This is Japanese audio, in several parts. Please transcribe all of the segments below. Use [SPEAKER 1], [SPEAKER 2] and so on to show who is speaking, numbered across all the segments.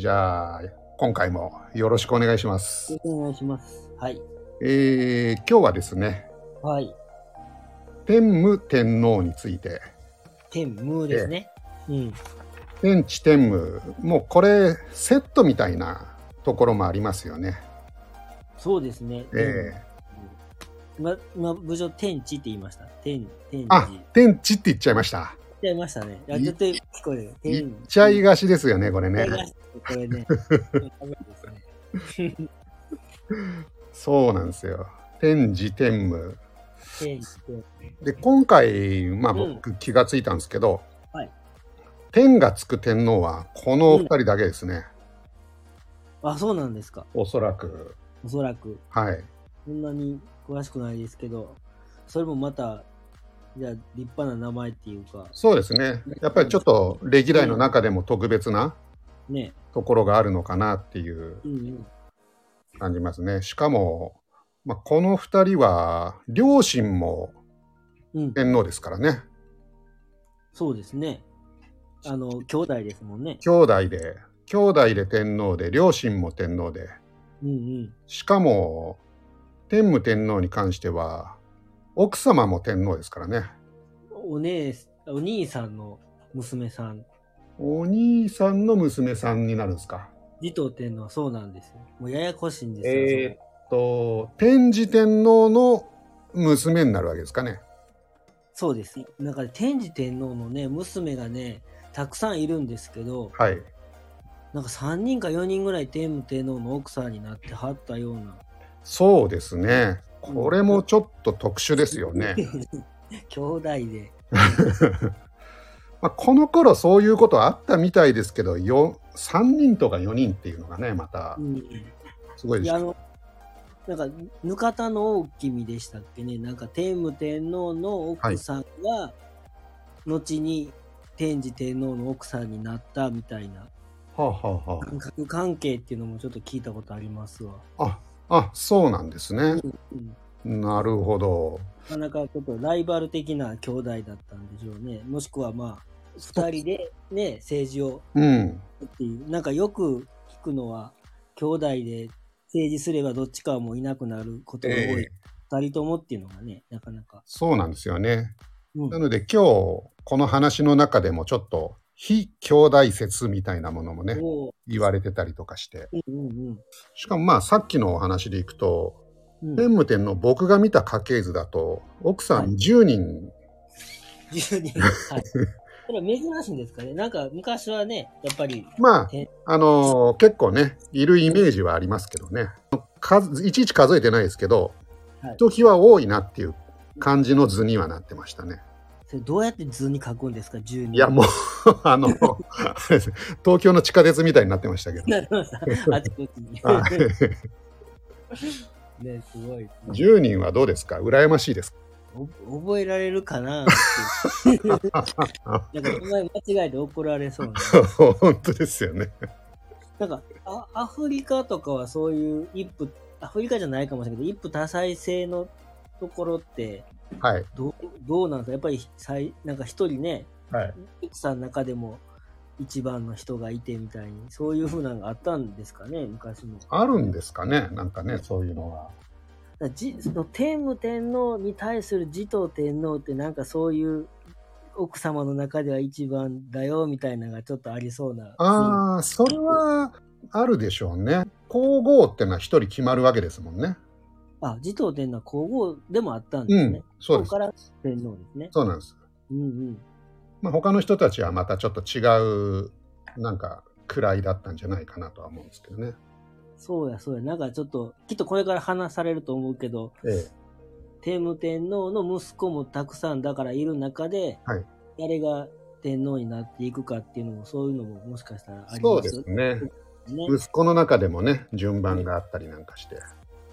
[SPEAKER 1] じゃあ、今回もよろしくお願いしま
[SPEAKER 2] よ
[SPEAKER 1] す。
[SPEAKER 2] ろしくお願いします。はい。
[SPEAKER 1] 今日はですね、
[SPEAKER 2] はい。
[SPEAKER 1] 天武天皇について、
[SPEAKER 2] 天武ですね。うん。
[SPEAKER 1] 天地天武、もうこれセットみたいなところもありますよね。
[SPEAKER 2] そうですね。
[SPEAKER 1] え
[SPEAKER 2] 今、部長、天地って言いました。天
[SPEAKER 1] あ、
[SPEAKER 2] 地。
[SPEAKER 1] 天地って言っちゃいました。
[SPEAKER 2] 言っちゃいましたね。いや、
[SPEAKER 1] い
[SPEAKER 2] 絶対聞こえる。
[SPEAKER 1] 言っ
[SPEAKER 2] 天
[SPEAKER 1] ちゃいがちですよね、これね。
[SPEAKER 2] これね。ダメですね。
[SPEAKER 1] そうなんですよ。天地天武。
[SPEAKER 2] 天地天
[SPEAKER 1] で、今回、
[SPEAKER 2] うん
[SPEAKER 1] 僕気がついたんですけど、
[SPEAKER 2] はい。
[SPEAKER 1] 天がつく天皇はこのお二人だけですね。
[SPEAKER 2] あ、そうなんですか。
[SPEAKER 1] おそらく。
[SPEAKER 2] おそらく。
[SPEAKER 1] はい。
[SPEAKER 2] そんなに詳しくないですけど、それもまた、じゃあ、立派な名前っていうか、
[SPEAKER 1] そうですね。やっぱりちょっと歴代の中でも特別な
[SPEAKER 2] ね。
[SPEAKER 1] ところがあるのかなっていう
[SPEAKER 2] うん
[SPEAKER 1] 感じますね。しかも、この2人は両親も
[SPEAKER 2] うん。うん。
[SPEAKER 1] 天皇ですからね。
[SPEAKER 2] そうですね。兄弟ですもんね。
[SPEAKER 1] 兄弟で天皇で、両親も天皇で、
[SPEAKER 2] うんうん。
[SPEAKER 1] しかも天武天皇に関しては奥様も天皇ですからね。
[SPEAKER 2] お兄さんの娘さん、
[SPEAKER 1] お兄さんの娘さんになるんですか。
[SPEAKER 2] 持統天皇はそうなんですよ。もうややこしいんですよ、
[SPEAKER 1] 天智天皇の娘になるわけですかね。
[SPEAKER 2] そうです。なんか天智天皇のね、娘がね、たくさんいるんですけど、
[SPEAKER 1] はい。
[SPEAKER 2] なんか3人か4人ぐらい天武天皇の奥さんになってはったような。
[SPEAKER 1] そうですね。これもちょっと特殊ですよね。
[SPEAKER 2] 兄弟で。
[SPEAKER 1] この頃そういうことあったみたいですけど、3人とか4人っていうのがね、また
[SPEAKER 2] うん、
[SPEAKER 1] すごいです。
[SPEAKER 2] なんか、ぬかたの大君でしたっけね。なんか天武天皇の奥さんが、後に天智天皇の奥さんになったみたいな。
[SPEAKER 1] はあはあは
[SPEAKER 2] 三角関係っていうのもちょっと聞いたことありますわ。
[SPEAKER 1] そうなんですね。なるほど。
[SPEAKER 2] なかなかちょっとライバル的な兄弟だったんでしょうね。もしくは二人でね、政治をっていう。なんかよく聞くのは、兄弟で政治すればどっちかはもういなくなることが多い。二人ともっていうのがね、なかなか。
[SPEAKER 1] そうなんですよね。なので今日この話の中でもちょっと非兄弟説みたいなものもね言われてたりとかして、しかもさっきのお話でいくと、天武天皇僕が見た家系図だと奥さん10人、
[SPEAKER 2] 10人。はい。これは珍しいんですかね。なんか昔はね、やっぱり
[SPEAKER 1] 結構ねいるイメージはありますけどね、いちいち数えてないですけど、ひときわ多いなっていう感じの図にはなってましたね。
[SPEAKER 2] それどうやって図に書くんですか、10人。
[SPEAKER 1] いやもう東京の地下鉄みたいになってましたけど。
[SPEAKER 2] なりました。あちこちに。ね、すごい。
[SPEAKER 1] 10人はどうですか？羨ましいですか？
[SPEAKER 2] 覚えられるかなって。なんか名前間違えて怒られそうな。
[SPEAKER 1] 本当ですよね。
[SPEAKER 2] なんかアフリカとかはそういうアフリカじゃないかもしれないけど、一夫多妻制のところって、
[SPEAKER 1] はい、
[SPEAKER 2] どうなんですか？やっぱりなんか一人ね、
[SPEAKER 1] はい、
[SPEAKER 2] 奥さんの中でも一番の人がいてみたいに、そういう風なのがあったんですかね、昔も。
[SPEAKER 1] あるんですかね、なんかね、そういうのは。
[SPEAKER 2] その天武天皇に対する持統天皇ってなんかそういう奥様の中では一番だよみたいなのがちょっとありそうな。
[SPEAKER 1] それはあるでしょうね。皇后ってのは一人決まるわけですもんね。
[SPEAKER 2] 持統天皇は皇后でもあったんですね。
[SPEAKER 1] そうです。
[SPEAKER 2] から天皇ですね。
[SPEAKER 1] そうなんです。他の人たちはまたちょっと違うなんか位だったんじゃないかなとは思うんですけどね。
[SPEAKER 2] そうや。なんかちょっときっとこれから話されると思うけど、天武天皇の息子もたくさんだからいる中で、誰が天皇になっていくかっていうのも、そういうのももしかしたらありますよね。
[SPEAKER 1] そうですね。息子の中でもね、順番があったりなんかして。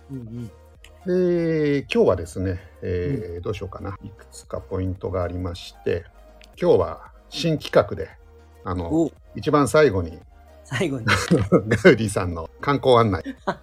[SPEAKER 1] で、今日はですね、どうしようかな。いくつかポイントがありまして、今日は新企画で、一番最後にガウディさんの観光案内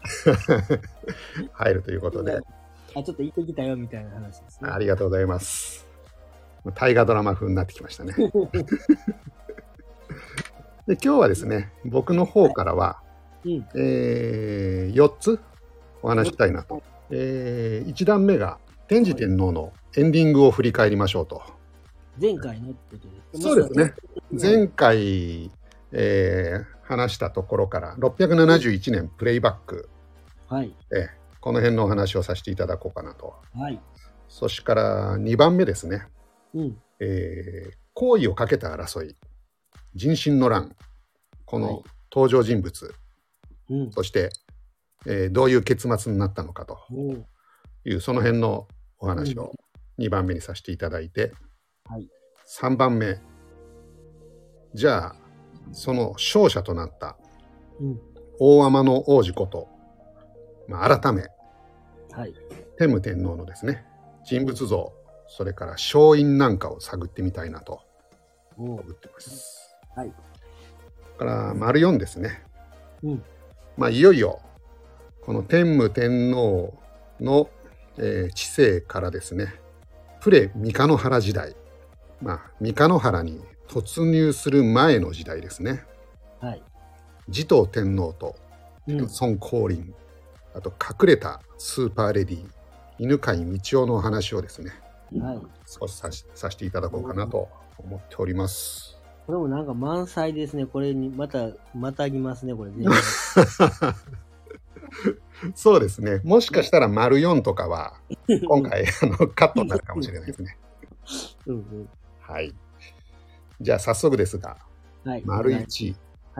[SPEAKER 1] 入るということで。
[SPEAKER 2] ちょっと行ってきたよみたいな話ですね。
[SPEAKER 1] ありがとうございます。大河ドラマ風になってきましたね。 で今日はですね、僕の方からは、4つお話したいなと。1段目が天智天皇のエンディングを振り返りましょうと。
[SPEAKER 2] 前回のってことです
[SPEAKER 1] か？そうですね。前回、話したところから671年プレイバック、
[SPEAKER 2] はい、
[SPEAKER 1] この辺のお話をさせていただこうかなと。
[SPEAKER 2] はい、
[SPEAKER 1] そしてから2番目ですね、皇位をかけた争い、壬申の乱、この登場人物、そして、どういう結末になったのかという、その辺のお話を2番目にさせていただいて、3番目、じゃあその勝者となった大天の王子こと、改め、天武天皇のですね、人物像、それから勝因なんかを探ってみたいなと思ってます。から丸4ですね。いよいよこの天武天皇の、治世からですね、プレ三日野原時代、三日野原に突入する前の時代ですね。持統天皇と孫光琳、あと隠れたスーパーレディ犬飼道夫のお話をですね、少しさせていただこうかなと思っております。
[SPEAKER 2] これもなんか満載ですね。これにまたぎますね、これね。
[SPEAKER 1] そうですね。もしかしたら丸4とかは今回カットになるかもしれないですね。はい。じゃあ早速ですが、丸1。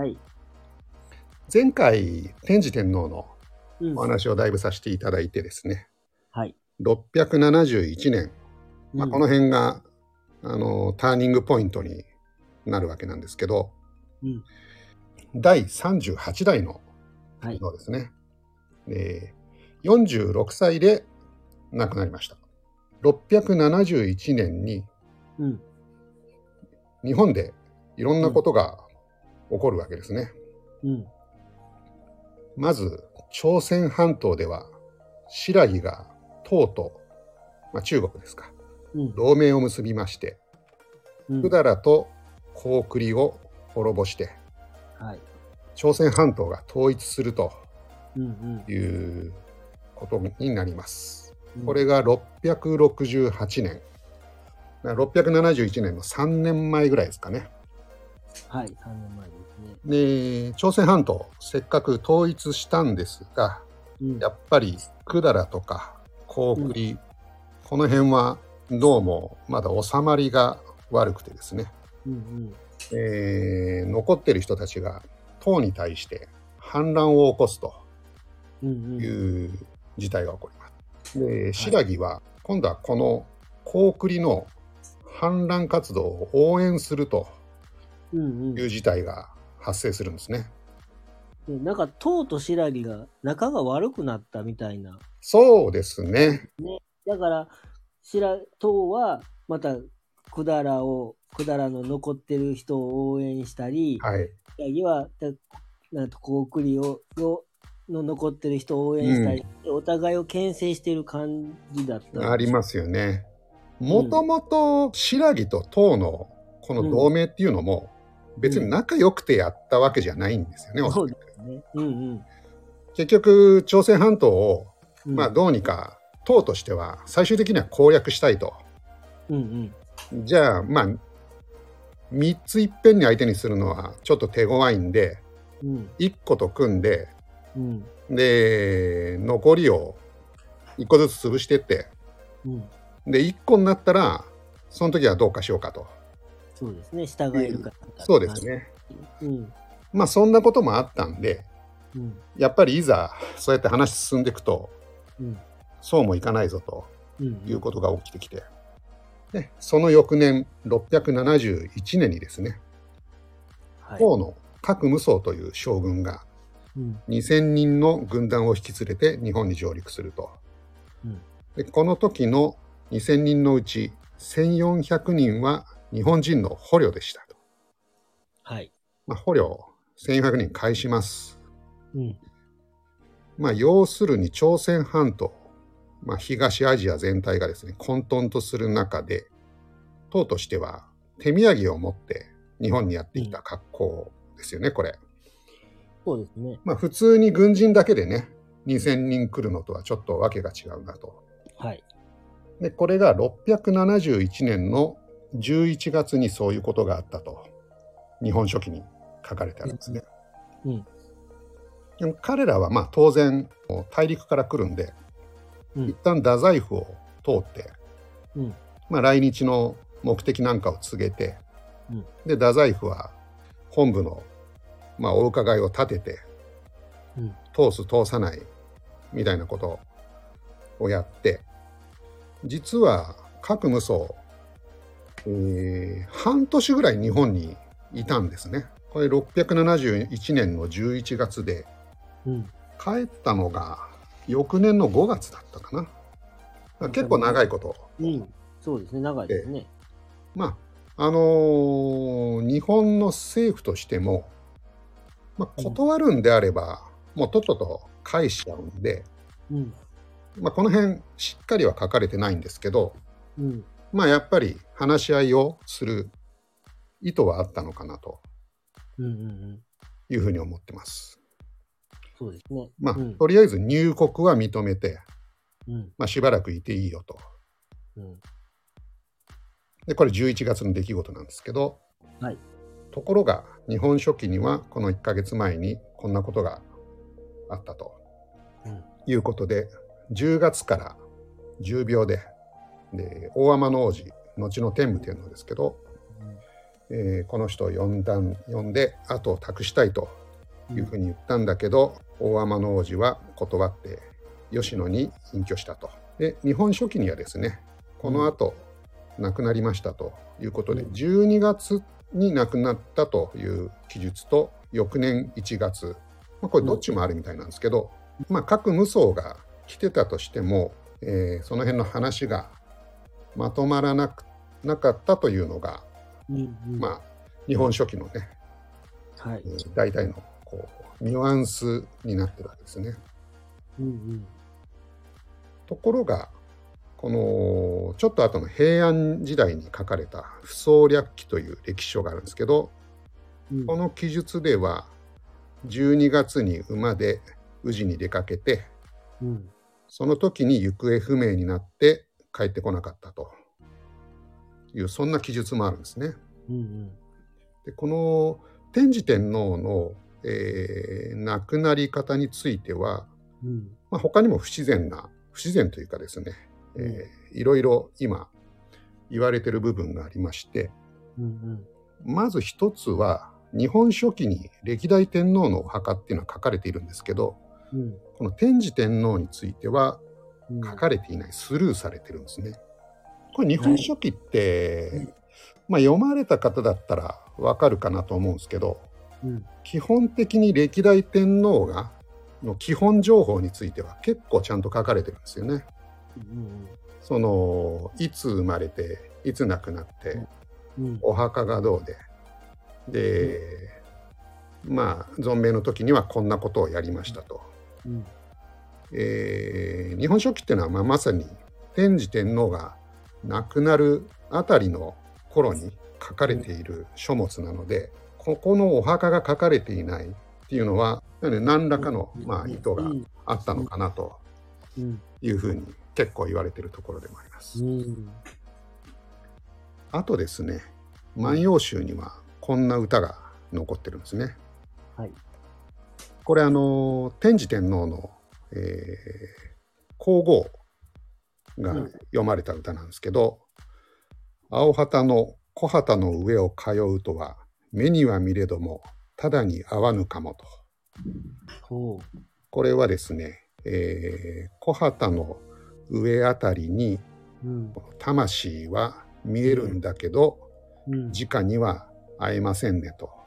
[SPEAKER 1] 前回天智天皇のお話をだいぶさせていただいてですね、671年、この辺がターニングポイントになるわけなんですけど、第38代の天皇ですね、46歳で亡くなりました。671年に、日本でいろんなことが起こるわけですね。まず朝鮮半島では新羅が唐と、中国ですか、同盟を結びまして、百済と高句麗を滅ぼして、朝鮮半島が統一するということになります。これが668年、671年の3年前ぐらいですかね。
[SPEAKER 2] 3年前です
[SPEAKER 1] ね。で、朝鮮半島せっかく統一したんですが、やっぱり百済とか高句麗、この辺はどうもまだ収まりが悪くてですね、残ってる人たちが唐に対して反乱を起こすという事態が起こります。で、新羅は今度はこの高句麗の反乱活動を応援するという事態が発生するんですね。
[SPEAKER 2] なんか唐と新羅が仲が悪くなったみたいな。
[SPEAKER 1] そうですね。
[SPEAKER 2] だから唐はまた百済の残ってる人を応援したり、新羅は高句麗の残ってる人を応援したり、お互いを牽制している感じだった。
[SPEAKER 1] ありますよね。もともと新羅と唐のこの同盟っていうのも別に仲良くてやったわけじゃないんですよね。
[SPEAKER 2] そうですね。
[SPEAKER 1] 結局朝鮮半島をどうにか唐としては最終的には攻略したいと。じゃあ3ついっぺんに相手にするのはちょっと手強いんで、1個と組んで、で残りを1個ずつ潰してって、で1個になったらその時はどうかしようかと。
[SPEAKER 2] そうですね、従えるか。
[SPEAKER 1] そうですね。そんなこともあったんで、やっぱりいざそうやって話進んでいくと、そうもいかないぞということが起きてきて、でその翌年671年にですね、唐の郭武宗という将軍が2000人の軍団を引き連れて日本に上陸すると。でこの時の2000人のうち1400人は日本人の捕虜でしたと。捕虜1400人返します。要するに朝鮮半島、東アジア全体がですね混沌とする中で、唐としては手土産を持って日本にやってきた格好ですよね、これ。
[SPEAKER 2] そうですね。
[SPEAKER 1] まあ普通に軍人だけでね、2000人来るのとはちょっとわけが違うなと。
[SPEAKER 2] はい。
[SPEAKER 1] で、これが671年の11月にそういうことがあったと、日本書紀に書かれてあるんですね。
[SPEAKER 2] うん。
[SPEAKER 1] でも彼らはまあ当然大陸から来るんで、一旦太宰府を通って、まあ来日の目的なんかを告げて、で太宰府は本部のまあお伺いを立てて、通す通さないみたいなことをやって、実は各無双、半年ぐらい日本にいたんですね。これ671年の11月で、帰ったのが翌年の5月だったかな。結構長いこと。
[SPEAKER 2] そうですね、長いですね。
[SPEAKER 1] まあ日本の政府としても、まあ、断るんであれば、もうとっとと返しちゃうんで、まあ、この辺しっかりは書かれてないんですけど、まあやっぱり話し合いをする意図はあったのかなというふうに思ってます。
[SPEAKER 2] そうですね。
[SPEAKER 1] まあ、とりあえず入国は認めて、まあしばらくいていいよと。で、これ11月の出来事なんですけど、ところが日本書紀にはこの1ヶ月前にこんなことがあったということで、10月から重病で、大天王子、後の天武天皇ですけど、この人を呼んで後を託したいというふうに言ったんだけど、大天王子は断って吉野に隠居したと。で、日本書紀にはですね、この後亡くなりましたということで、12月に亡くなったという記述と、翌年1月、まあ、これどっちもあるみたいなんですけど、まあ各無双が来てたとしても、その辺の話がまとまらなかったというのが、まあ日本書紀のね、大体のこうニュアンスになってるわけですね。ところがこのちょっと後の平安時代に書かれた「不宗略記」という歴史書があるんですけど、この記述では12月に馬で宇治に出かけて、その時に行方不明になって帰ってこなかったという、そんな記述もあるんですね。で、この天智天皇の、亡くなり方については、まあ、他にも不自然というかですね、いろいろ今言われてる部分がありまして、まず一つは日本書紀に歴代天皇のお墓っていうのは書かれているんですけど、この天智天皇については書かれていない、スルーされてるんですね。これ日本書紀って、まあ読まれた方だったらわかるかなと思うんですけど、基本的に歴代天皇がの基本情報については結構ちゃんと書かれてるんですよね。そのいつ生まれていつ亡くなって、お墓がどうで、まあ存命の時にはこんなことをやりましたと。日本書紀っていうのは、まあ、まさに天智天皇が亡くなるあたりの頃に書かれている書物なので、ここのお墓が書かれていないっていうのは何らかの、まあ、意図があったのかなというふうに結構言われているところでもあります。あとですね、万葉集にはこんな歌が残ってるんですね。これ天智天皇の、皇后が読まれた歌なんですけど、青旗の小旗の上を通うとは目には見れどもただに合わぬかもと。これはですね、小旗の上あたりに、魂は見えるんだけど、直には会えませんねと、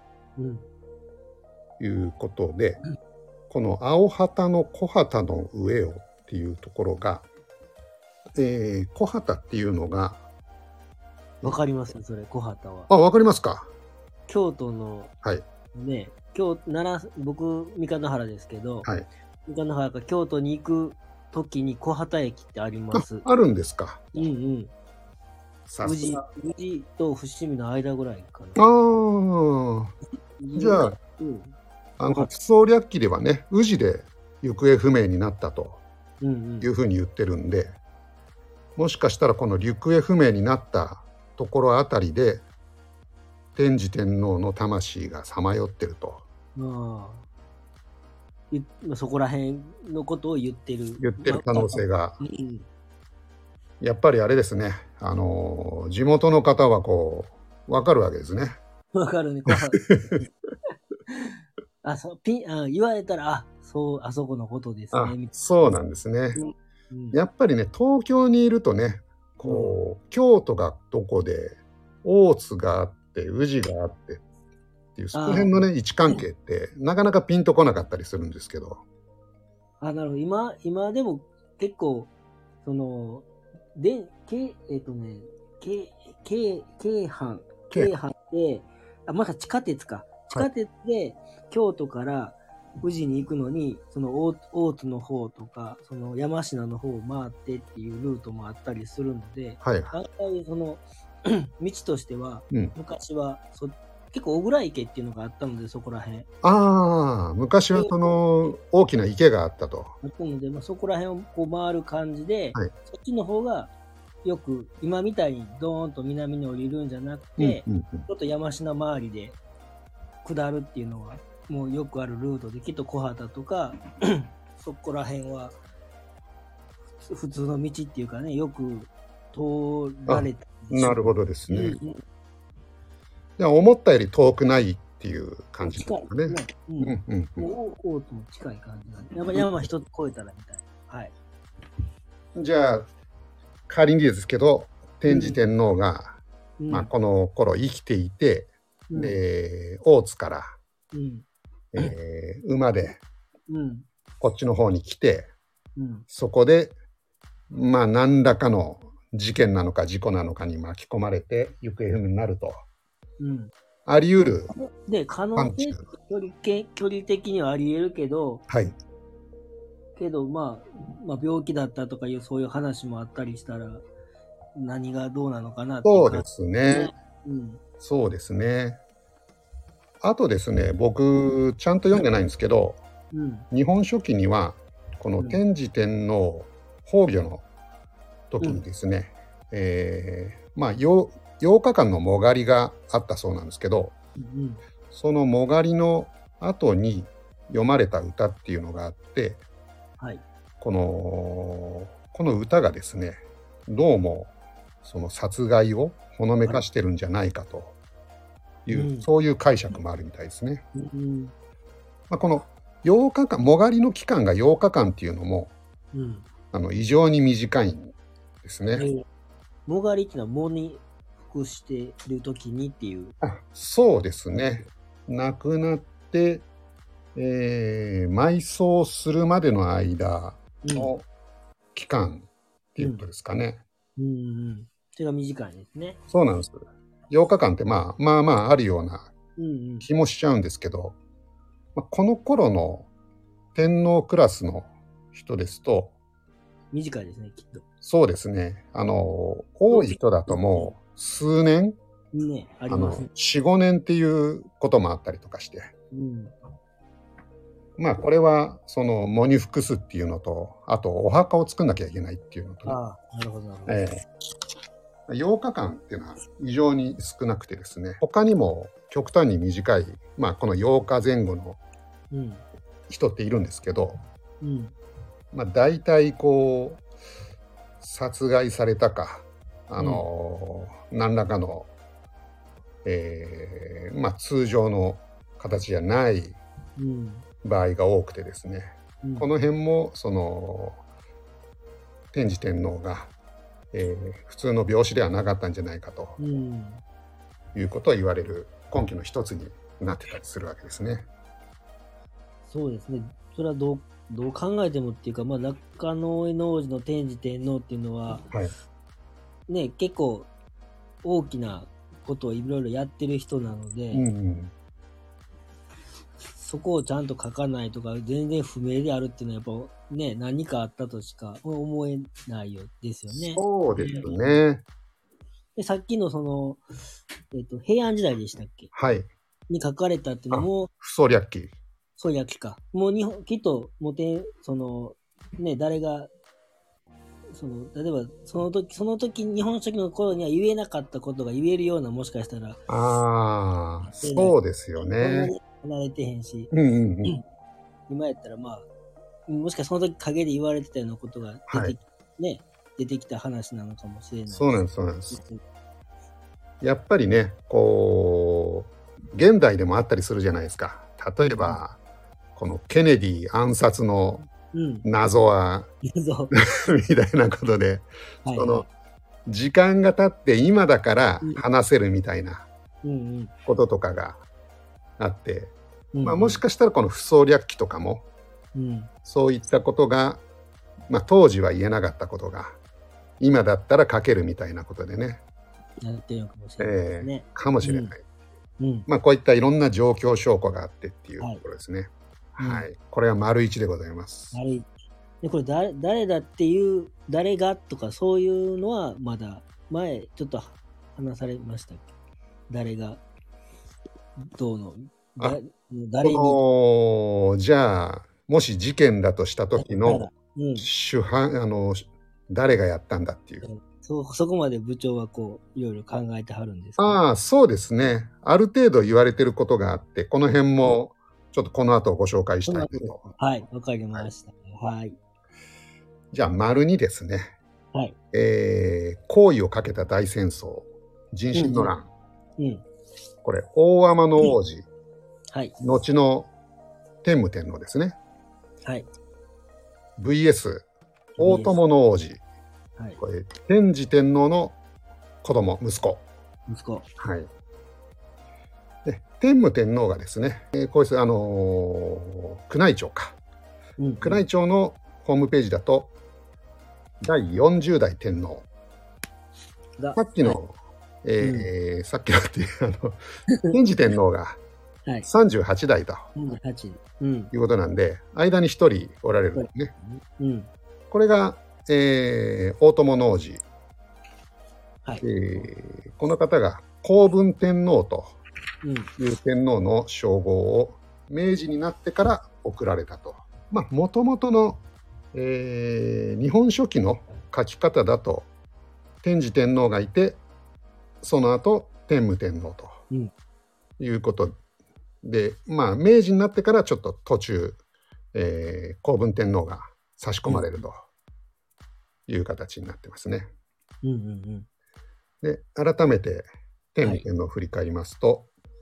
[SPEAKER 1] いうことで、この青旗の小旗の上をっていうところが、小旗っていうのが
[SPEAKER 2] わかりますよ、それ、小旗は。
[SPEAKER 1] わかりますか。
[SPEAKER 2] 京都の、ね、僕、三日野原ですけど、三日野原から京都に行く時に小旗駅ってあります。
[SPEAKER 1] あるんですか。
[SPEAKER 2] 宇治と伏見の間ぐらいかな。
[SPEAKER 1] じゃあ、総略記ではね、宇治で行方不明になったというふうに言ってるんで、もしかしたらこの行方不明になったところあたりで天智天皇の魂がさまよってると。
[SPEAKER 2] そこら辺のことを言ってる
[SPEAKER 1] 可能性が、やっぱりあれですね、地元の方はこう分かるわけですね。
[SPEAKER 2] 分かるね。言われたら、あそこのことですね。
[SPEAKER 1] そうなんですね。やっぱりね、東京にいるとね、こう京都がどこで大津があって宇治があってっていう、その辺のね位置関係ってなかなかピンとこなかったりするんですけど。
[SPEAKER 2] なるほど。今でも結構その京阪で、また地下鉄か。地下鉄で京都から宇治に行くのに、その大津の方とか、その山科の方を回ってっていうルートもあったりするので、大体その道としては、昔は結構小倉池っていうのがあったので、そこら辺。
[SPEAKER 1] 昔はその大きな池があったと。
[SPEAKER 2] あったので、そこら辺をこう回る感じで、そっちの方がよく今みたいにドーンと南に降りるんじゃなくて、ちょっと山科周りで下るっていうのはもうよくあるルートで、きっと小畑とかそこら辺は普通の道っていうかね、よく通られた。
[SPEAKER 1] なるほどですね。じゃあ思ったより遠くないっていう感じですかね。
[SPEAKER 2] 大津も近い感じなんで、山一つ越えたらみたいな。はい。
[SPEAKER 1] じゃあ仮にですけど、天智天皇が、この頃生きていて、大津から、馬で、こっちの方に来て、そこで何らかの事件なのか事故なのかに巻き込まれて行方不明になると、あり得る。
[SPEAKER 2] で、可能性距離的にはあり得るけど、けど病気だったとかいうそういう話もあったりしたら、何がどうなのかなっていう。
[SPEAKER 1] そうですね。そうですね。あとですね、僕ちゃんと読んでないんですけど、日本書紀にはこの天智天皇崩御の時にですね、8日間のもがりがあったそうなんですけど、そのもがりの後に読まれた歌っていうのがあって、この歌がですね、どうもその殺害をほのめかしてるんじゃないかという、そういう解釈もあるみたいですね。この8日間、もがりの期間が8日間っていうのも、異常に短いんですね。
[SPEAKER 2] もがりっていうのは喪に服してる時にっていう。
[SPEAKER 1] そうですね。亡くなって、埋葬するまでの間の期間っていうことですかね。
[SPEAKER 2] それが短いですね。
[SPEAKER 1] そうなんです。8日間ってまああるような気もしちゃうんですけど、この頃の天皇クラスの人ですと
[SPEAKER 2] 短いですね、きっと。
[SPEAKER 1] そうですね。多い人だともう数年、
[SPEAKER 2] ありますね。
[SPEAKER 1] 4、5年っていうこともあったりとかして。これはその喪に服すっていうのと、あとお墓を作んなきゃいけないっていうのと、ね、
[SPEAKER 2] なるほど。
[SPEAKER 1] 8日間っていうのは非常に少なくてですね、他にも極端に短い、この8日前後の人っているんですけど、大体こう殺害されたか、何らかの、通常の形じゃない場合が多くてですね、この辺もその天智天皇が、普通の病死ではなかったんじゃないかと、いうことを言われる根拠の一つになってたりするわけですね。
[SPEAKER 2] そうですね。それはどう考えてもっていうか、中野江王子の天智天皇っていうのは、結構大きなことをいろいろやってる人なので、そこをちゃんと書かないとか全然不明であるっていうのはやっぱね、何かあったとしか思えないよですよね。
[SPEAKER 1] そうですね。
[SPEAKER 2] でさっきのその、平安時代でしたっけ？ に書かれたっていうのも、
[SPEAKER 1] 不走略記。
[SPEAKER 2] そう略記か。もうきっと、誰が、例えば、その時、日本書紀の頃には言えなかったことが言えるような、もしかしたら。
[SPEAKER 1] そうですよね。
[SPEAKER 2] 離れてへんし。
[SPEAKER 1] 今
[SPEAKER 2] やったら、もしかしたらその時陰で言われてたようなことが出てきた話なのかもしれない。
[SPEAKER 1] そうなんです。やっぱりね、現代でもあったりするじゃないですか。例えば、このケネディ暗殺の謎は、みたいなことで、時間が経って今だから話せるみたいなこととかがあって、もしかしたらこの不走略記とかも、そういったことが、当時は言えなかったことが今だったら書けるみたいなことでね、
[SPEAKER 2] やってるのかもしれないですね。
[SPEAKER 1] かもしれない。こういったいろんな状況証拠があってっていうところですね。これは①でございます。
[SPEAKER 2] でこれ誰だっていう、誰がとかそういうのはまだ前ちょっと話されましたっけ？誰がどうの誰
[SPEAKER 1] に。じゃあもし事件だとした時の主犯、誰がやったんだっていう。
[SPEAKER 2] そこまで部長はいろいろ考えてはるんですか？
[SPEAKER 1] そうですね。ある程度言われてることがあって、この辺もちょっとこの後ご紹介したいと。
[SPEAKER 2] はい、わかりました。
[SPEAKER 1] じゃあ②ですね。好意をかけた大戦争、人心の乱。これ大天の王子、後の天武天皇ですね。VS 大友の王子。これ天智天皇の子供、息子。で天武天皇がですね、こいつ宮内庁か。宮内庁のホームページだと第40代天皇。さっきのっていう天智天皇が38代ということなんで、間に1人おられるんですね。これが大友の王子。この方が光文天皇という天皇の称号を明治になってから贈られたと。もともとの日本書紀の書き方だと天智天皇がいて、その後天武天皇ということで、明治になってからちょっと途中、光文天皇が差し込まれるという形になってますね。で改めて天武天皇を振り返りますと、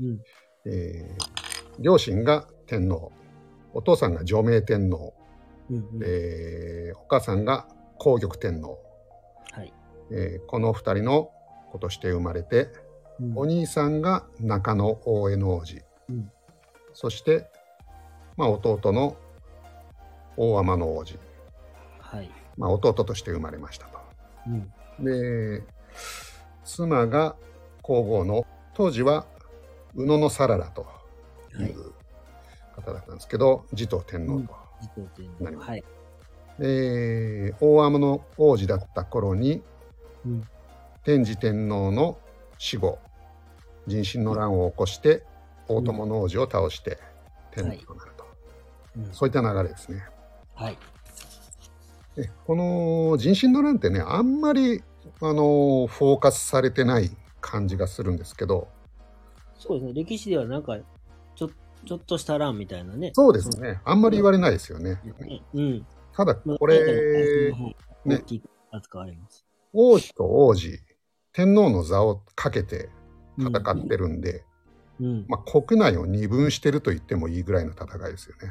[SPEAKER 1] 両親が天皇、お父さんが除名天皇、お母さんが皇玉天皇、この2人の子として生まれて、お兄さんが中野大江の王子、そして、弟の大天の王子、弟として生まれましたと。で妻が皇后の当時は宇野のサララという方だったんですけど、持統天皇となります。大天の王子だった頃に、天智天皇の死後、人心の乱を起こして大友の王子を倒して天皇となると、そういった流れですね。この人心の乱ってね、あんまりフォーカスされてない感じがするんですけど。
[SPEAKER 2] そうですね、歴史ではなんかちょっとした乱みたいなね。
[SPEAKER 1] そうですね、あんまり言われないですよね。ただこれね、王子と王子、天皇の座をかけて戦ってるんで、国内を二分してると言ってもいいぐらいの戦いですよ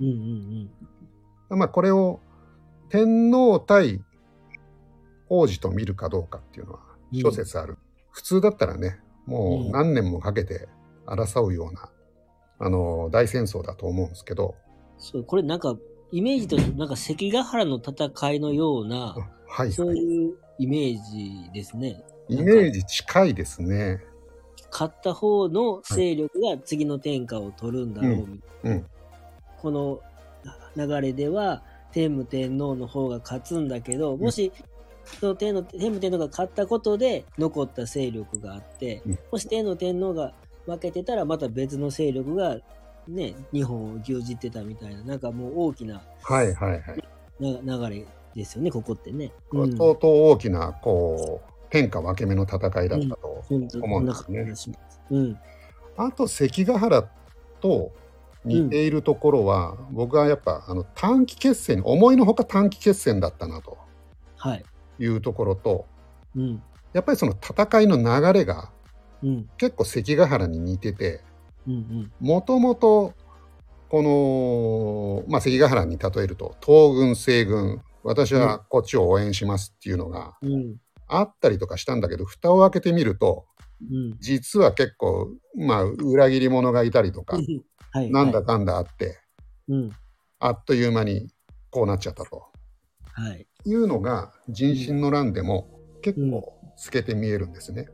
[SPEAKER 1] ね。これを天皇対王子と見るかどうかっていうのは諸説ある。普通だったらね、もう何年もかけて争うような、大戦争だと思うんですけど。
[SPEAKER 2] これなんかイメージとしてなんか関ヶ原の戦いのような、そういうイメージですね。
[SPEAKER 1] イメージ近いですね。
[SPEAKER 2] 勝った方の勢力が次の天下を取るんだろうみたいな。この流れでは天武天皇の方が勝つんだけど、もしその天武天皇が勝ったことで残った勢力があって、もし天武天皇が負けてたらまた別の勢力がね、日本を牛耳ってたみたいな、なんかもう大きな、
[SPEAKER 1] はいはいはい。
[SPEAKER 2] 流れですよね、ここってね。
[SPEAKER 1] 相当大きな、こう、天下分け目の戦いだったと思うんですね。あと、関ヶ原と似ているところは、僕はやっぱ短期決戦、思いのほか短期決戦だったなというところと、やっぱりその戦いの流れが結構関ヶ原に似てて、もともとこの、関ヶ原に例えると東軍西軍、私はこっちを応援しますっていうのがあったりとかしたんだけど、蓋を開けてみると、実は結構裏切り者がいたりとかなんだかんだあって、あっという間にこうなっちゃったと、いうのが人心の乱でも結構透けて見えるんですね。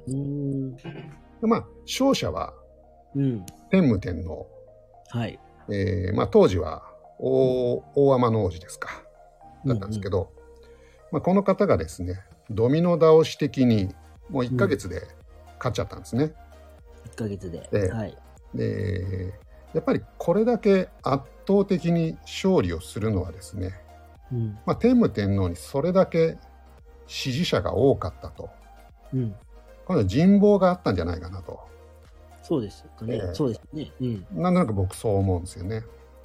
[SPEAKER 1] 勝者は天武天皇、当時は大天皇子ですかだったんですけど、この方がですね、ドミノ倒し的にもう1ヶ月で勝っちゃったんですね。
[SPEAKER 2] 1ヶ月で。
[SPEAKER 1] でやっぱりこれだけ圧倒的に勝利をするのはですね、天武天皇にそれだけ支持者が多かったと、これは人望があったんじゃないかなと。
[SPEAKER 2] そうですかね。そうですね。
[SPEAKER 1] なんとなく僕そう思うんですよね。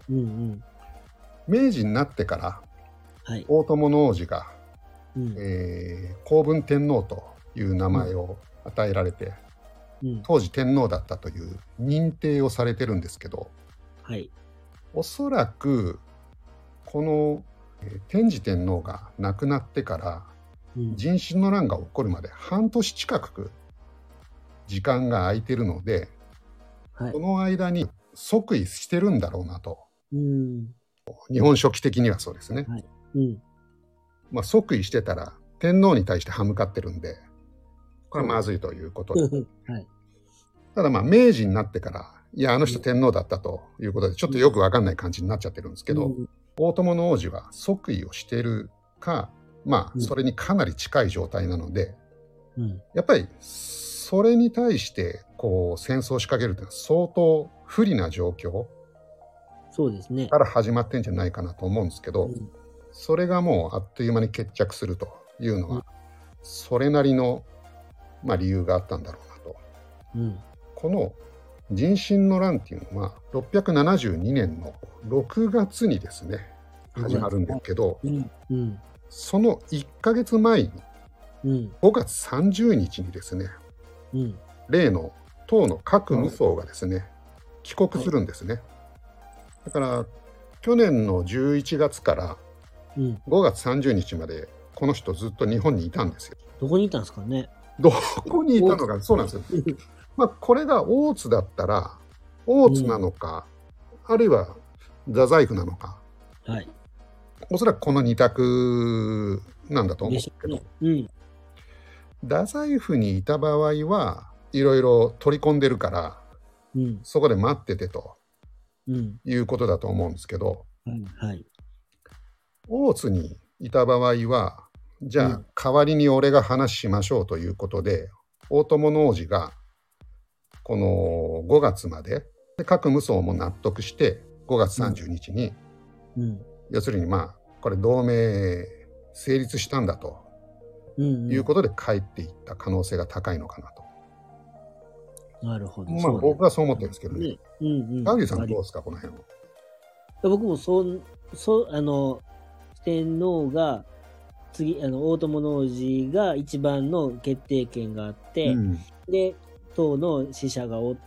[SPEAKER 1] 明治になってから、大友皇子が、光文天皇という名前を与えられて、当時天皇だったという認定をされてるんですけど、おそらくこの天智天皇が亡くなってから、人心の乱が起こるまで半年近く時間が空いてるので、この間に即位してるんだろうなと。日本書紀的にはそうですね。即位してたら天皇に対して歯向かってるんで、これはまずいということで。ただ明治になってから、いや、あの人天皇だったということで、ちょっとよくわかんない感じになっちゃってるんですけど、大友皇子は即位をしてるか、それにかなり近い状態なので、やっぱりそれに対してこう戦争を仕掛けるというのは相当不利な状況から始まってんじゃないかなと思うんですけど、それがもうあっという間に決着するというのは、それなりの理由があったんだろうなと。この人心の乱っていうのは672年の6月にですね始まるんですけど、その1ヶ月前に5月30日にですね、例の唐の各武装がですね帰国するんですね。だから去年の11月から5月30日までこの人ずっと日本にいたんですよ。
[SPEAKER 2] どこにいたんですかね。
[SPEAKER 1] どこにいたのか、そうなんですよ。これが大津だったら大津なのか、あるいは太宰府なのか、おそらくこの2択なんだと思うんですけど、太宰府にいた場合はいろいろ取り込んでるから、そこで待っててということだと思うんですけど、大津にいた場合はじゃあ代わりに俺が話しましょうということで、大友皇子がこの5月まで各武装も納得して5月30日に、要するにこれ同盟成立したんだということで帰っていった可能性が高いのかなと。
[SPEAKER 2] なるほど。
[SPEAKER 1] 僕はそう思ってるんですけどね。川口さんどうですか、この辺は。
[SPEAKER 2] 僕も天皇が大友皇子が一番の決定権があって、で唐の使者がおって、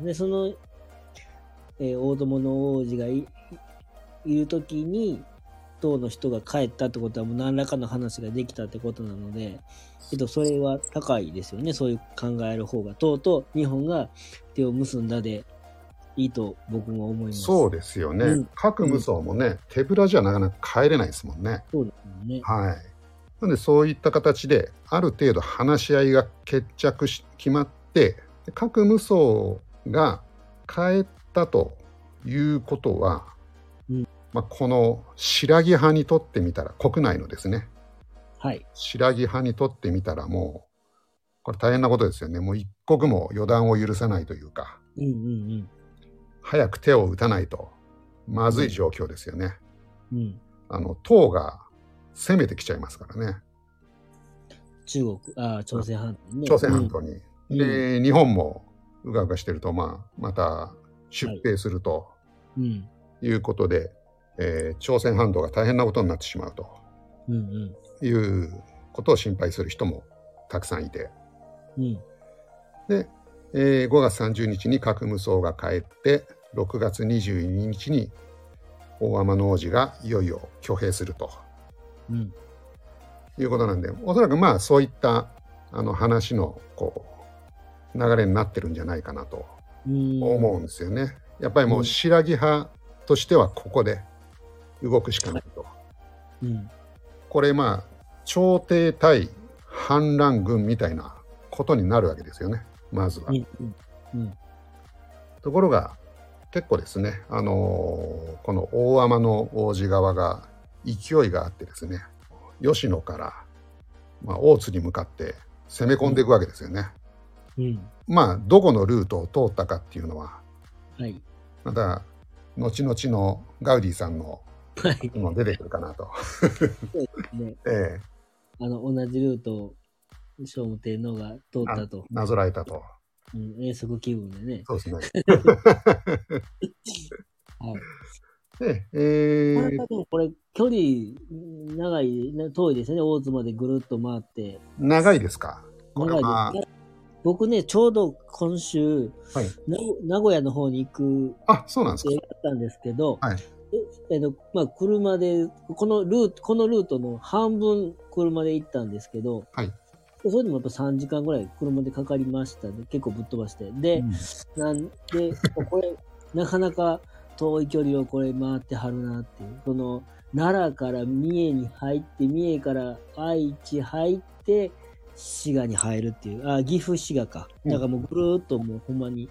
[SPEAKER 2] でその、大友の王子が いるときに唐の人が帰ったってことはもう何らかの話ができたってことなので、それは高いですよね。そういう考える方が唐と日本が手を結んだでいいと僕も思います。
[SPEAKER 1] そうですよね。各武装もね、手ぶらじゃなかなか帰れないですもんね。
[SPEAKER 2] そうですよね。
[SPEAKER 1] なのでそういった形である程度話し合いが決まって各武装が帰ったということは、この白木派にとってみたら、国内のですね、白木派にとってみたらもうこれ大変なことですよね。もう一刻も予断を許さないというか、早く手を打たないとまずい状況ですよね。唐が攻めてきちゃいますからね。
[SPEAKER 2] 朝鮮半島に、
[SPEAKER 1] 朝鮮半島に。で、日本もうがうがしてると、また出兵するということで、朝鮮半島が大変なことになってしまうということを心配する人もたくさんいて、で、5月30日に核無双が帰って6月22日に大天王子がいよいよ挙兵すると、いうことなんで、おそらくそういった話の流れになってるんじゃないかなと思うんですよね。やっぱりもう白木派としてはここで動くしかないと。これ朝廷対反乱軍みたいなことになるわけですよね、まずは。ところが結構ですね、この大天の王子側が勢いがあってですね、吉野から大津に向かって攻め込んでいくわけですよね。どこのルートを通ったかっていうのは、また後々のガウディさんのも出てくるかなと。
[SPEAKER 2] 同じルートを聖武天皇が通ったと。
[SPEAKER 1] なぞらえたと。
[SPEAKER 2] 遠足気分でね。
[SPEAKER 1] そうですね。
[SPEAKER 2] これ距離長い、遠いですね。大津までぐるっと回って。
[SPEAKER 1] 長いですか。
[SPEAKER 2] 長いです。僕ね、ちょうど今週、名古屋の方に行く
[SPEAKER 1] そうなんですか。
[SPEAKER 2] ったんですけど、車でこのルートの半分車で行ったんですけど、それでもやっぱ3時間ぐらい車でかかりましたね。結構ぶっ飛ばして。で、これなかなか遠い距離をこれ回ってはるなっていう。その奈良から三重に入って、三重から愛知入って滋賀に入るっていう。岐阜滋賀か。だからもうぐるーっともうほんまに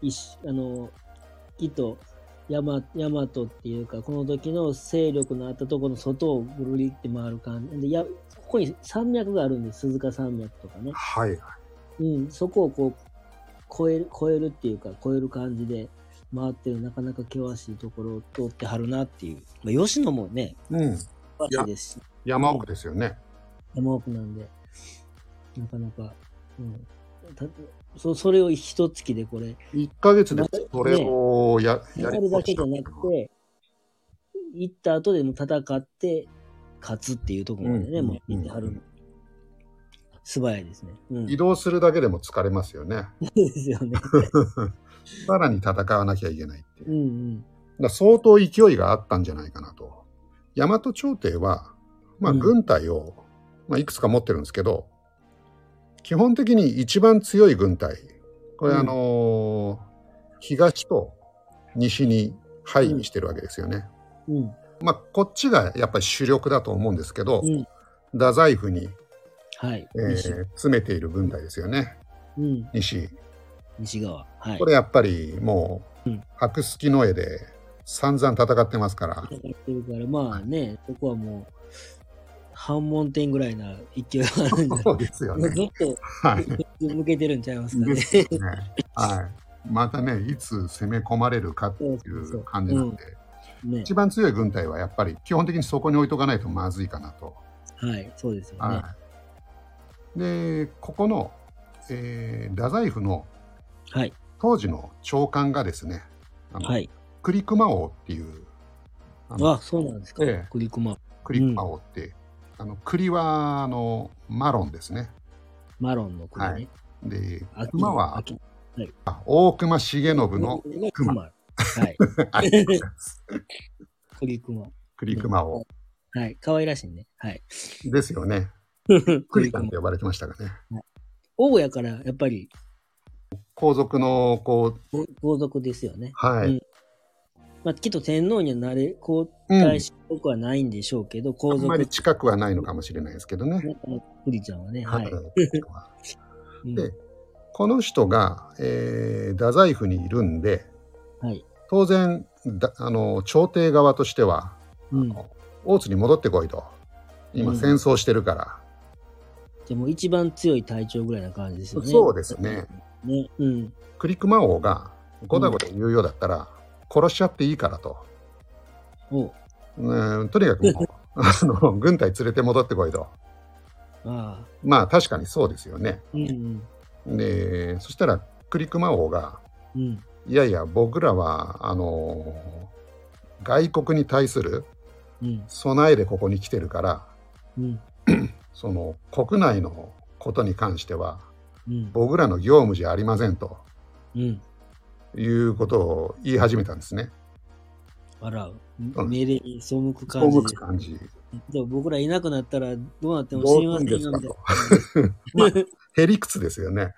[SPEAKER 2] きっと大和っていうか、この時の勢力のあったところの外をぐるりって回る感じで、ここに山脈があるんです。鈴鹿山脈とかね。そこを越えるっていうか、越える感じで回ってる、なかなか険しいところを通ってはるなっていう。吉野もね、ですし。
[SPEAKER 1] 山奥ですよね。
[SPEAKER 2] 山奥なんで、なかなか、それを一月でこれ。
[SPEAKER 1] 1ヶ月でそれをや
[SPEAKER 2] るだけじゃなくて、行った後でも戦って勝つっていうところまでね、もう行ってはるの。素早いですね。
[SPEAKER 1] 移動するだけでも疲れますよね。
[SPEAKER 2] そうですよね。
[SPEAKER 1] さらに戦わなきゃいけないっていう。相当勢いがあったんじゃないかなと。大和朝廷は、軍隊を、いくつか持ってるんですけど、基本的に一番強い軍隊、これ東と西に配備してるわけですよね。こっちがやっぱり主力だと思うんですけど、太宰府に、詰めている軍隊ですよね。西
[SPEAKER 2] 側。
[SPEAKER 1] これやっぱりもう、白すきの絵で散々戦ってますから。
[SPEAKER 2] 戦ってるから、そこはもう、半門店ぐらいな勢いがあるんじゃないですか。
[SPEAKER 1] そうですよね。
[SPEAKER 2] ずっと向けてるんちゃいますかね。
[SPEAKER 1] またね、いつ攻め込まれるかっていう感じなんで、一番強い軍隊はやっぱり基本的にそこに置いとかないとまずいかなと。
[SPEAKER 2] そうですよね。
[SPEAKER 1] で、ここの、太宰府の当時の長官がですね、栗熊王っていう。
[SPEAKER 2] そうなんですか。栗熊
[SPEAKER 1] 王って。栗はマロンですね。
[SPEAKER 2] マロンの栗ね。
[SPEAKER 1] で、熊は大隈重信の熊。栗熊王。
[SPEAKER 2] 可愛らしいね。
[SPEAKER 1] ですよね。栗ちゃんって呼ばれてましたかね。
[SPEAKER 2] 王やからやっぱり
[SPEAKER 1] 皇族の
[SPEAKER 2] 皇族ですよね。きっと天皇には皇太子国はないんでしょうけど、
[SPEAKER 1] あんまり近くはないのかもしれないですけどね。
[SPEAKER 2] 栗ちゃんはね。
[SPEAKER 1] で、この人が、太宰府にいるんで、当然朝廷側としては、大津に戻ってこいと。今戦争してるから。
[SPEAKER 2] じゃもう一番強い隊長ぐらいな感じですよね。
[SPEAKER 1] そうですね。
[SPEAKER 2] ね、うん。
[SPEAKER 1] 栗熊王がごだごだ言うようだったら、殺しちゃっていいからと。とにかくもう軍隊連れて戻ってこいと。まあ確かにそうですよね。でそしたら栗熊王が、いやいや僕らは外国に対する備えでここに来てるから、その国内のことに関しては、僕らの業務じゃありませんと、いうことを言い始めたんですね。
[SPEAKER 2] 命令に背く感じ。でも僕らいなくなったらどうなっても知りませんよみたいな。
[SPEAKER 1] まあ、へりくつですよね。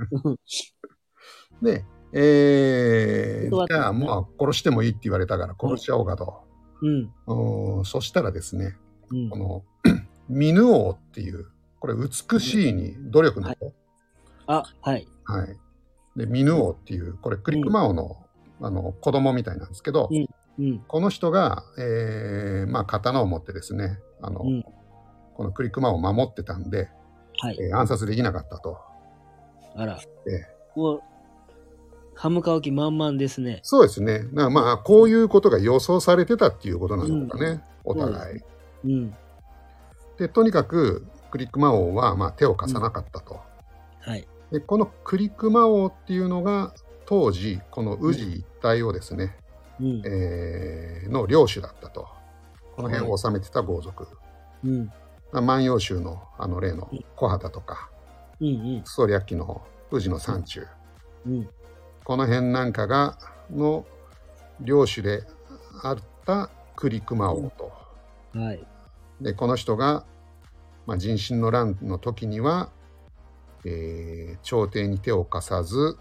[SPEAKER 1] で、じゃあもう殺してもいいって言われたから殺しちゃおうかと。そしたらですね、このミヌ王っていう、これ美しいに努力の子。でミヌ王っていうこれ栗熊王の子供みたいなんですけど、この人が、まあ、刀を持ってですねこの栗熊を守ってたんで、暗殺できなかったと。
[SPEAKER 2] 歯向かう気満々ですね。
[SPEAKER 1] そうですね。まあこういうことが予想されてたっていうことなんですかね、お互い。でとにかく栗熊王はまあ手を貸さなかったと。でこの栗熊王っていうのが当時この宇治一帯をですね、の領主だったと。この辺を治めてた豪族。万葉集の例の小畑とか、総略記の宇治の山中、この辺なんかがの領主であった栗熊王と。でこの人が、まあ、壬申の乱の時には、朝廷に手を貸さず、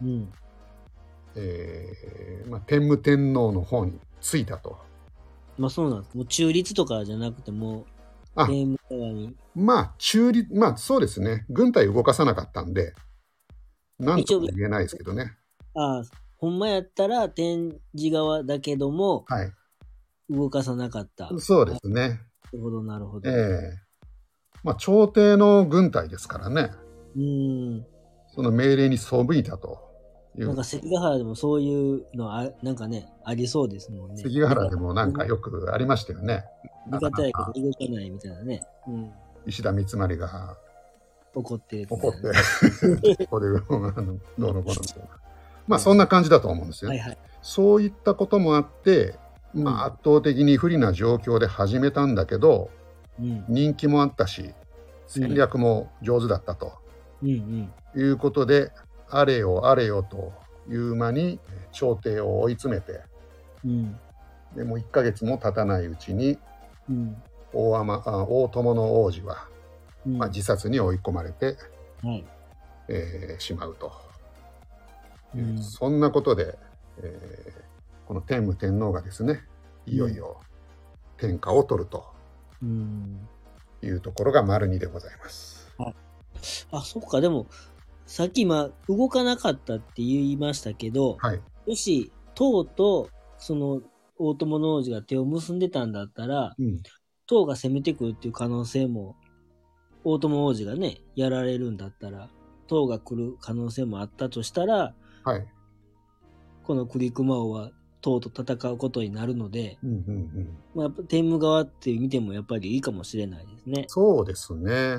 [SPEAKER 1] まあ、天武天皇の方についたと。
[SPEAKER 2] まあそうなんです。もう中立とかじゃなくても天武側に。
[SPEAKER 1] まあ中立、まあそうですね。軍隊動かさなかったんでなんとも言えないですけどね。
[SPEAKER 2] ほんまやったら天智側だけども、動かさなかった。
[SPEAKER 1] そうですね。
[SPEAKER 2] なるほどなるほど。
[SPEAKER 1] まあ朝廷の軍隊ですからね。その命令に背いたと。
[SPEAKER 2] なんか関ヶ原でもそういうのなんかねありそうですもんね。
[SPEAKER 1] 関ヶ原でもなんかよくありましたよね。
[SPEAKER 2] 味方やけど動かないみたいなね。
[SPEAKER 1] 石田三成が
[SPEAKER 2] 怒って
[SPEAKER 1] ここでどうのこうのみたいな。まあそんな感じだと思うんですよ。そういったこともあって、まあ、圧倒的に不利な状況で始めたんだけど、人気もあったし戦略も上手だったと、いうことであれよあれよという間に朝廷を追い詰めて、でもう1ヶ月も経たないうちに、大友の王子は、まあ、自殺に追い込まれて、しまうと、そんなことで、この天武天皇がですねいよいよ天下を取るというところが丸2でございます。
[SPEAKER 2] そっか。でもさっき今動かなかったって言いましたけど、もし唐とその大友の王子が手を結んでたんだったら、唐が攻めてくるっていう可能性も、大友王子がねやられるんだったら唐が来る可能性もあったとしたら、この栗熊王は唐と戦うことになるので、まあ、やっぱ天武側って見てもやっぱりいいかもしれないですね。
[SPEAKER 1] そうですね。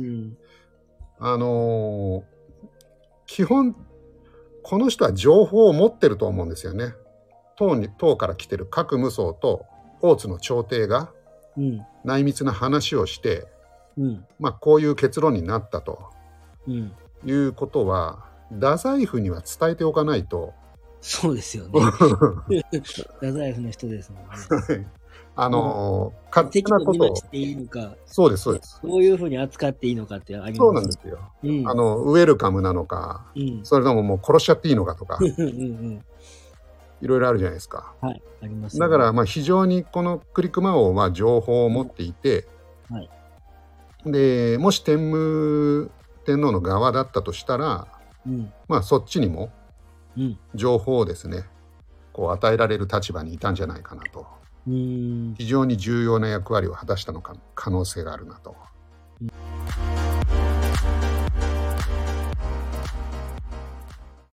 [SPEAKER 1] 基本この人は情報を持ってると思うんですよね。唐から来てる各武装と大津の朝廷が内密な話をして、まあこういう結論になったと、いうことは太宰府には伝えておかないと。
[SPEAKER 2] そうですよね。太宰府の人ですもんね。
[SPEAKER 1] 勝手なことを
[SPEAKER 2] していいのか、
[SPEAKER 1] そうですそうです。
[SPEAKER 2] どういうふうに扱っていいのかってあります。
[SPEAKER 1] そうなんですよ。ウェルカムなのか、それとももう殺しちゃっていいのかとか、いろいろあるじゃないですか。
[SPEAKER 2] あります。
[SPEAKER 1] だからまあ非常にこの栗熊王は情報を持っていて、でもし天武天皇の側だったとしたら、まあそっちにも情報をですねこう与えられる立場にいたんじゃないかなと。非常に重要な役割を果たした可能性があるなと。